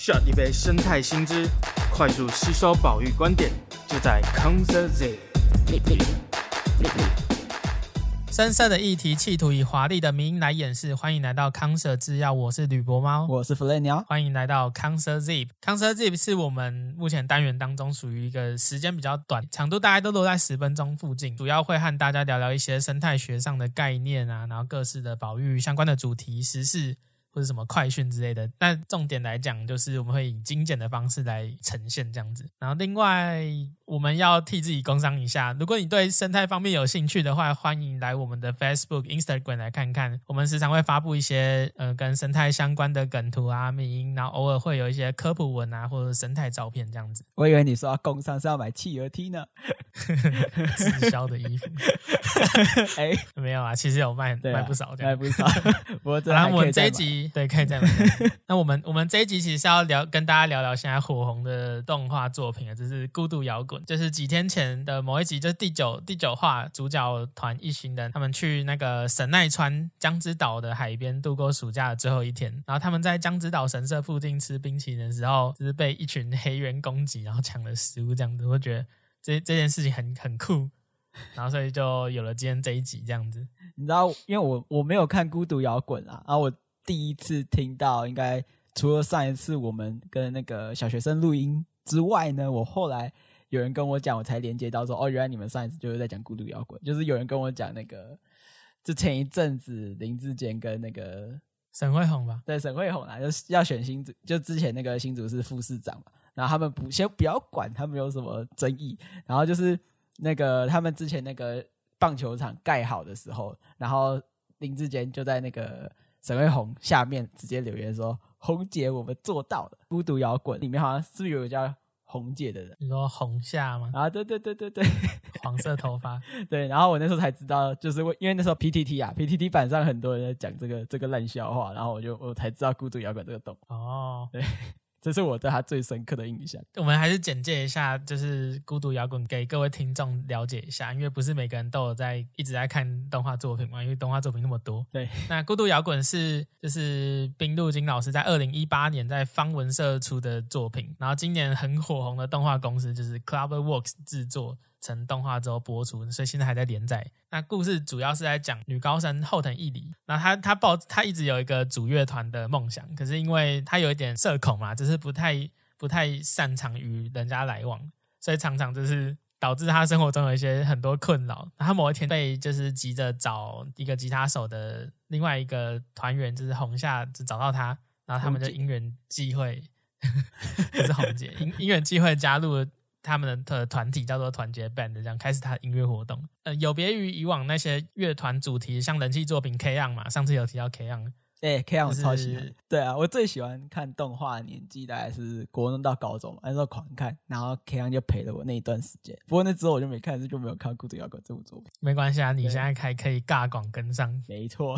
shot 一杯生态新知，快速吸收保育观点，就在康 Sir Z。 深色的议题企图以华丽的迷因来掩饰，欢迎来到康 Sir 制药，我是吕伯猫， 我是 Flay 鸟， 欢迎来到康 Sir Zip。康 Sir Zip 是我们目前单元当中属于一个时间比较短，长度大概都落在10分钟附近，主要会和大家聊聊一些生态学上的概念啊，然后各式的保育相关的主题、时事或者什么快讯之类的。但重点来讲，就是我们会以精简的方式来呈现这样子。然后另外我们要替自己工商一下，如果你对生态方面有兴趣的话，欢迎来我们的 Facebook、Instagram 来看看。我们时常会发布一些跟生态相关的梗图啊、迷因，然后偶尔会有一些科普文啊或者生态照片这样子。 我以为你说要工商是要买企鹅 T 呢。 滞销的衣服。没有啊，其实有卖不少这样， 卖不少。不过然后我们这一集对可以这样那我们这一集其实是要跟大家聊聊现在火红的动画作品，就是孤独摇滚。就是几天前的某一集，就是第九话，主角团一行人他们去那个神奈川江之岛的海边度过暑假的最后一天，然后他们在江之岛神社附近吃冰淇淋的时候，就是被一群黑猿攻击，然后抢了食物这样子。我觉得这件事情很酷，然后所以就有了今天这一集这样子。 你知道，因为我没有看孤独摇滚啦，然后我第一次听到，应该除了上一次我们跟那个小学生录音之外呢，我后来有人跟我讲，我才连接到说，哦，原来你们上一次就是在讲孤独摇滚。就是有人跟我讲那个，就前一阵子林志坚跟那个沈慧虹吧， 对，沈慧虹啊，就是要选新竹，就之前那个新竹市副市长嘛，然后他们先不要管他们有什么争议，然后就是那个他们之前那个棒球场盖好的时候，然后林志坚就在那个沈慧虹下面直接留言说，红姐我们做到了。孤独摇滚里面好像是不是有个叫红姐的人？ 你说红夏吗？ 啊，对， 黄色头发。 对，然后我那时候才知道，就是因为那时候 PTT 版上很多人在讲这个烂笑话，然后我才知道孤独摇滚这个洞。 哦， 对，这是我对他最深刻的印象。 我们还是简介一下，就是孤独摇滚给各位听众了解一下，因为不是每个人都有一直在看动画作品嘛，因为动画作品那么多。 对， 那孤独摇滚就是滨路金老师在2018年在方文社出的作品，然后今年很火红的动画公司就是 Cloverworks 制作成动画之后播出，所以现在还在连载。那故事主要是在讲女高生后藤一里，那她一直有一个组乐团的梦想，可是因为她有一点社恐嘛，就是不太擅长与人家来往，所以常常就是导致她生活中有一些很多困扰。她某一天被就是急着找一个吉他手的另外一个团员就是红夏就找到她，然后他们就因缘际会不是红姐因缘际会加入了他们的团体叫做团结 band， 这样开始他的音乐活动。有别于以往那些乐团主题，像人气作品 K-On 嘛，上次有提到 K-On。 对 ，K-On 我超喜欢。对啊，我最喜欢看动画的年纪大概是国中到高中嘛，那时候狂看，然后 K-On 就陪了我那一段时间。不过那之后我就没看，就没有看《孤独摇滚》这部作品。 没关系啊，你现在还可以尬广跟上。 没错。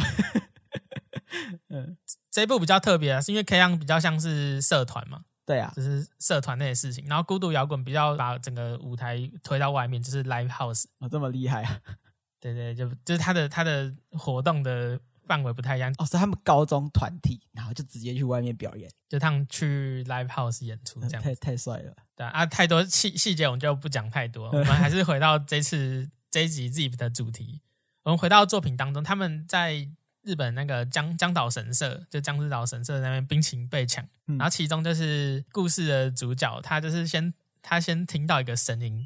这一部比较特别啊，是因为 K-On 比较像是社团嘛。 对啊， 就是社团内的事情，然后孤独摇滚比较把整个舞台推到外面，就是 live house。 这么厉害啊！ 对，就是他的活动的范围不太一样。 所以他们高中团体，然后就直接去外面表演， 就他们去 live house 演出这样。 太帅了。 对啊，太多细节我们就不讲太多，我们还是回到这一集 Zip 的主题。我们回到作品当中，他们在日本那个江岛神社，就江之岛神社那边冰淇淋被抢，然后其中就是故事的主角，他先听到一个声音，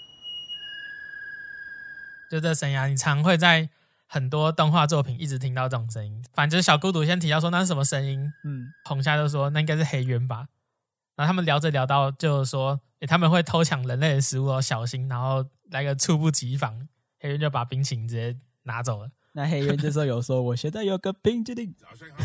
就这声音啊，你常会在很多动画作品一直听到这种声音。反正小孤独先提到说那是什么声音，红夏就说那应该是黑渊吧。然后他们聊着聊到就说，他们会偷抢人类的食物哦，小心，然后来个猝不及防，黑渊就把冰淇淋直接拿走了。 那黑渊这时候有说我现在有个冰淇淋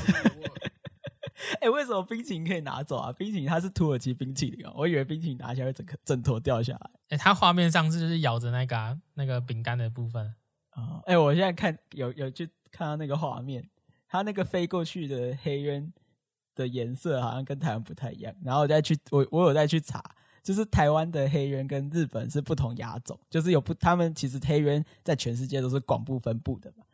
为什么冰淇淋可以拿走啊？冰淇淋它是土耳其冰淇淋我以为冰淇淋拿下会整坨掉下来。 它画面上就是咬着那个饼干的部分我现在看有去看到那个画面，它那个飞过去的黑渊的颜色好像跟台湾不太一样，然后我有再去查，就是台湾的黑渊跟日本是不同亚种，就是他们其实黑渊在全世界都是广布分布的嘛，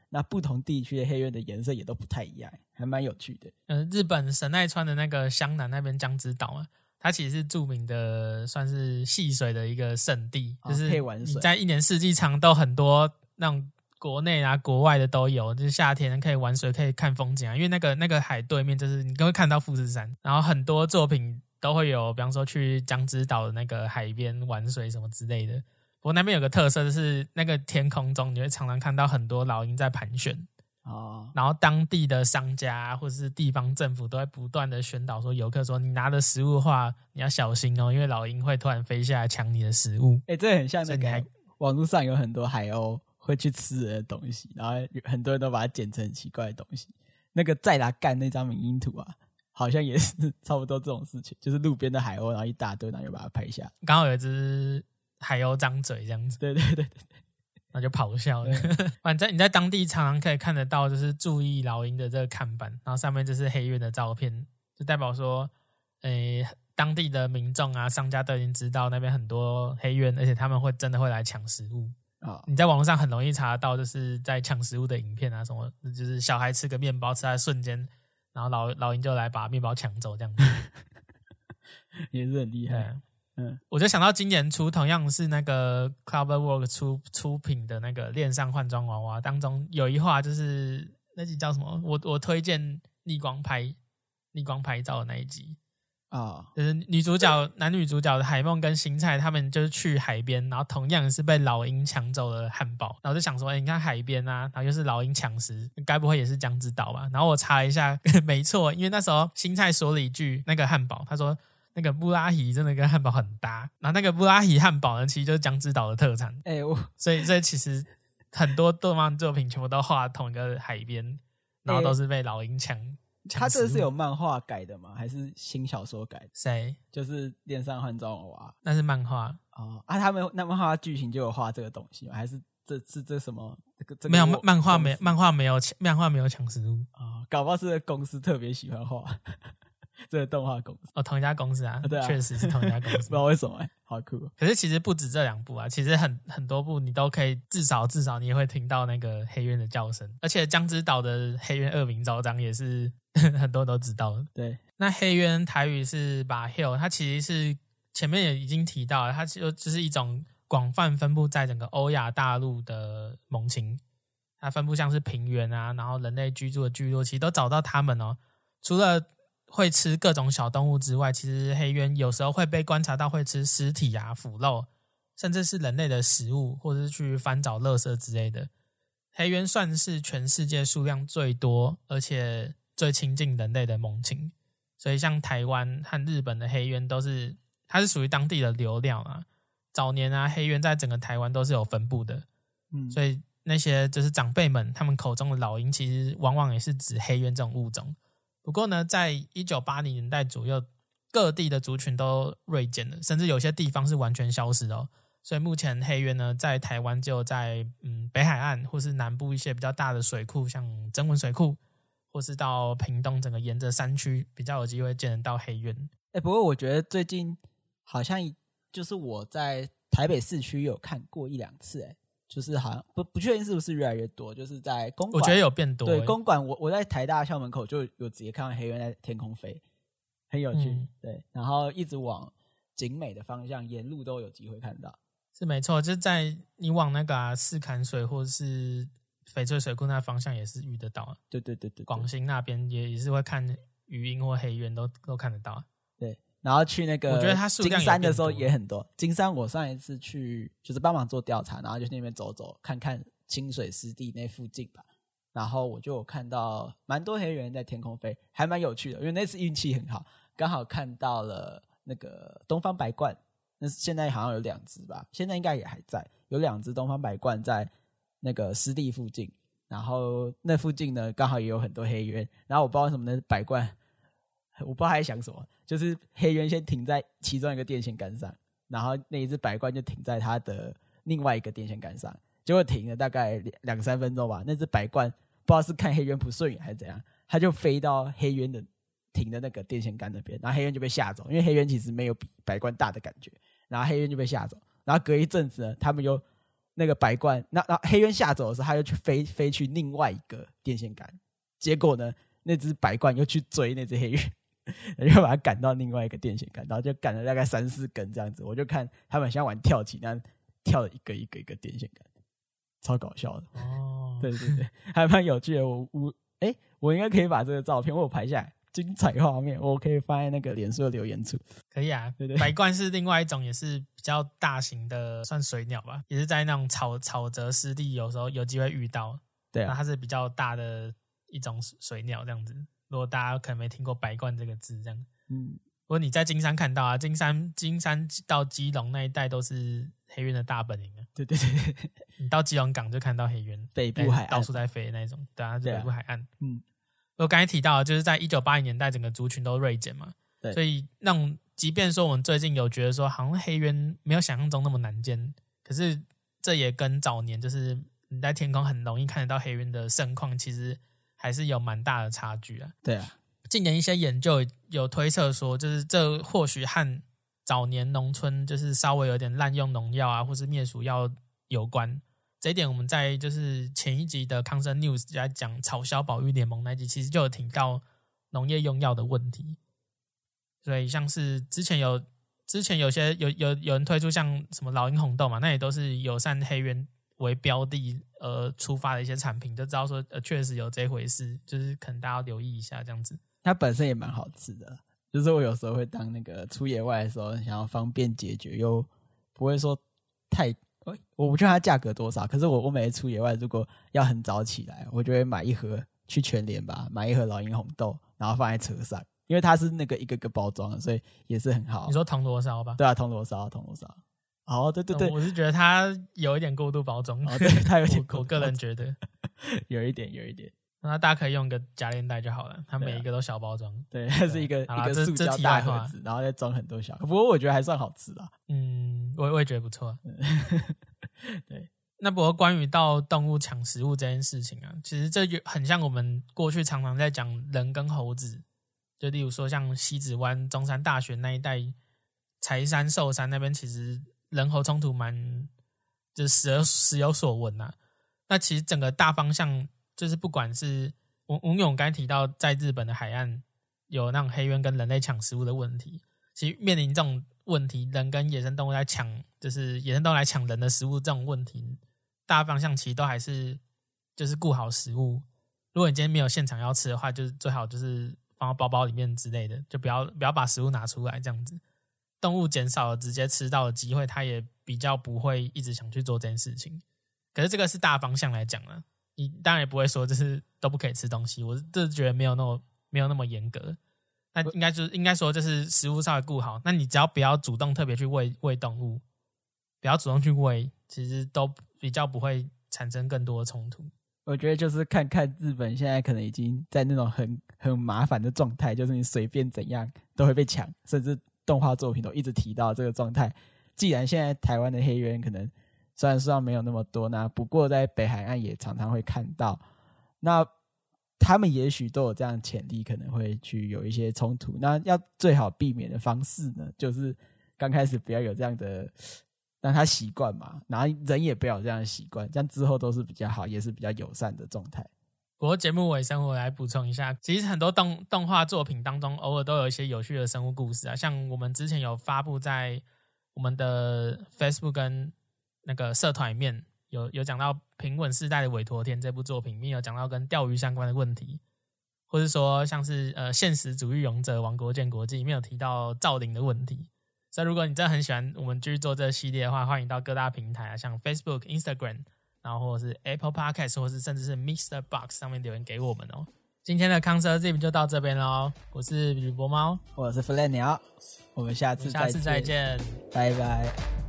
那不同地区的黑鳢的颜色也都不太一样，还蛮有趣的。 日本神奈川的那个湘南那边江之岛啊，它其实是著名的算是戏水的一个圣地，就是你在一年四季常都很多那种国内啊国外的都有，就是夏天可以玩水可以看风景啊，因为那个海对面就是你都会看到富士山，然后很多作品都会有，比方说去江之岛的那个海边玩水什么之类的。不过那边有个特色就是那个天空中你会常常看到很多老鹰在盘旋然后当地的商家或者是地方政府都会不断的宣导说游客说你拿的食物的话你要小心哦，因为老鹰会突然飞下来抢你的食物。 这很像那个网络上有很多海鸥会去吃人的东西，然后很多人都把它剪成很奇怪的东西。那个再来干那张迷因图啊，好像也是差不多这种事情，就是路边的海鸥然后一大堆，然后就把它拍下来， 刚好有一只海鸥张嘴这样子， 对对对对， 那就咆哮了。反正你在当地常常可以看得到就是注意老鹰的这个看板，然后上面就是黑鳢的照片，就代表说当地的民众啊商家都已经知道那边很多黑鳢，而且他们会真的会来抢食物你在网络上很容易查得到就是在抢食物的影片啊什么，就是小孩吃个面包吃在瞬间，然后老鹰就来把面包抢走这样子也是很厉害。 我就想到今年初同样是那个 CloverWorks 出品的那个恋上换装娃娃当中有一话就是那集叫什么，我推荐逆光拍照的那一集就是男女主角的海梦跟新菜他们就是去海边，然后同样是被老鹰抢走了汉堡，然后就想说你看海边啊，然后又是老鹰抢食，该不会也是江之岛吧？然后我查了一下没错，因为那时候新菜说了一句那个汉堡，他说那个布拉提真的跟汉堡很搭，然后那个布拉提汉堡呢其实就是江之岛的特产所以其实很多动漫作品全部都画同一个海边，然后都是被老鹰抢他这是有漫画改的吗？还是新小说改的？ 谁？ 就是恋上换装娃娃， 那是漫画他们那漫画剧情就有画这个东西吗？还是这什么？ 没有漫画没有抢食物搞不好是公司特别喜欢画这个动画公司同一家公司啊， 对啊， 确实是同一家公司，不知道为什么好酷可是其实不止这两部啊，其实很多部你都可以至少你也会听到那个黑鳢的叫声，而且江之岛的黑鳢恶名昭彰也是很多人都知道的。 对， 那黑鳢台语是把 hill， 它其实是前面也已经提到了，它就是一种广泛分布在整个欧亚大陆的猛禽，它分布像是平原啊，然后人类居住的聚落其实都找到它们除了会吃各种小动物之外，其实黑鳢有时候会被观察到会吃尸体啊腐肉，甚至是人类的食物，或者是去翻找垃圾之类的。黑鳢算是全世界数量最多而且最亲近人类的猛禽，所以像台湾和日本的黑鳢它是属于当地的流量啊。早年啊，黑鳢在整个台湾都是有分布的所以那些就是长辈们他们口中的老鹰其实往往也是指黑鳢这种物种。不过呢，在1980年代左右，各地的族群都锐减了，甚至有些地方是完全消失的所以目前黑鳢呢，在台湾只有在北海岸或是南部一些比较大的水库，像曾文水库，或是到屏东整个沿着山区比较有机会见得到黑鳢。 不过我觉得最近好像就是我在台北市区有看过1-2次就是好像不确定是不是越来越多，就是在公馆， 我觉得有变多。 对，公馆我在台大校门口就有直接看到黑鳢在天空飞，很有趣对，然后一直往景美的方向沿路都有机会看到。 是没错，就是在你往那个四坎水或是翡翠水库那方向也是遇得到对， 广兴那边也是会看鱼鹰或黑鳢都看得到对，然后去那个我觉得它数量金山的时候也很多。金山我上一次去就是帮忙做调查，然后就去那边走走看看清水湿地那附近吧，然后我就有看到蛮多黑鳢在天空飞，还蛮有趣的，因为那次运气很好，刚好看到了那个东方白鹳，那现在好像有2只吧，现在应该也还在，有2只东方白鹳在那个湿地附近，然后那附近呢刚好也有很多黑鳢，然后我不知道为什么那白鹳我不知道他在想什么，就是黑鳢先停在其中一个电线杆上，然后那一只白鹳就停在它的另外一个电线杆上，结果停了大概2-3分钟吧，那只白鹳不知道是看黑鳢不顺眼还是怎样，它就飞到黑鳢的停的那个电线杆那边，然后黑鳢就被吓走，因为黑鳢其实没有比白鹳大的感觉，然后黑鳢就被吓走，然后隔一阵子呢，他们又那个白鹳，那黑鸢下走的时候，他就去飞去另外一个电线杆，结果呢，那只白鹳又去追那只黑鸢，就把它赶到另外一个电线杆，然后就赶了大概3-4根这样子。我就看他们像玩跳棋那样跳了一个电线杆，超搞笑的。哦，对对对，还蛮有趣的。我应该可以把这个照片我有拍下来，精彩画面，我可以放在那个脸书的留言处。 可以啊， 对对， 白鹳是另外一种，也是比较大型的，算水鸟吧，也是在那种草泽湿地有时候有机会遇到。 对啊， 那它是比较大的一种水鸟这样子。如果大家可能没听过白鹳这个字，这样，如果你在金山看到啊，金山到基隆那一带都是黑鸢的大本营啊。 对对对， 你到基隆港就看到黑鸢， 北部海岸到处在飞那种，对啊，北部海岸。 嗯， 我刚才提到的就是在1980年代整个族群都锐减嘛， 对， 所以让即便说我们最近有觉得说好像黑鸢没有想象中那么难见，可是这也跟早年就是你在天空很容易看得到黑鸢的盛况，其实还是有蛮大的差距啊。 对啊， 近年一些研究有推测说，就是这或许和早年农村就是稍微有点滥用农药啊，或是灭鼠药有关。这一点我们在就是前一集的康生 news 在讲草鸮保育联盟那一集，其实就有提到农业用药的问题。所以像是之前有些有人推出像什么老鹰红豆嘛，那也都是友善黑鸢为标的出发的一些产品，就知道说确实有这回事，就是可能大家要留意一下这样子。 它本身也蛮好吃的，就是我有时候会当那个出野外的时候，想要方便解决又不会说太，我不知道它价格多少，可是我每次出野外如果要很早起来，我就会买一盒去全联吧，买一盒老鹰红豆，然后放在车上，因为它是那个一个个包装的，所以也是很好。 你说铜锣烧吧？ 对啊，铜锣烧。哦，对对对， 我是觉得它有一点过度包装。 哦，对，它有点我个人觉得有一点。 那大家可以用个夹链袋就好了，它每一个都小包装。 对，它是一个塑胶大盒子，然后再装很多小。不过我觉得还算好吃啦。 我也觉得不错。对。那不过关于到动物抢食物这件事情啊，其实这就很像我们过去常常在讲人跟猴子，就例如说像西子湾、中山大学那一带、柴山、寿山那边，其实人猴冲突就是时有所闻啊。那其实整个大方向就是不管是吴勇刚才提到在日本的海岸有那种黑鸢跟人类抢食物的问题，其实面临这种问题，人跟野生动物在抢，就是野生动物来抢人的食物这种问题，大方向其实都还是就是顾好食物。如果你今天没有现场要吃的话，就是最好就是放到包包里面之类的，就不要把食物拿出来这样子。动物减少了直接吃到的机会，它也比较不会一直想去做这件事情。可是这个是大方向来讲啊，你当然也不会说就是都不可以吃东西，我这觉得没有那么严格。那应该说就是食物稍微顾好，那你只要不要主动特别去喂动物，不要主动去喂，其实都比较不会产生更多的冲突。 我觉得就是看日本现在可能已经在那种很麻烦的状态，就是你随便怎样都会被抢，甚至动画作品都一直提到这个状态。既然现在台湾的黑鸢可能虽然数量没有那么多，那不过在北海岸也常常会看到，那他们也许都有这样的潜力，可能会去有一些冲突。那要最好避免的方式呢，就是刚开始不要有这样的让他习惯嘛，然后人也不要有这样的习惯，这样之后都是比较好，也是比较友善的状态。 不过节目尾声我来补充一下，其实很多动画作品当中偶尔都有一些有趣的生物故事啊，像我们之前有发布在我们的 Facebook 跟那个社团里面有讲到平稳世代的韦陀天这部作品里面有讲到跟钓鱼相关的问题，或是说像是现实主义勇者王国建国际里面有提到造林的问题。所以如果你真的很喜欢我们继续做这个系列的话，欢迎到各大平台啊，像 Facebook、Instagram， 然后或者是 Apple Podcast， 或是甚至是 Mr. Box 上面留言给我们哦。今天的康 Sir Zip 就到这边咯，我是吕博猫， 我是 Flat 鸟，我们下次再见， 拜拜。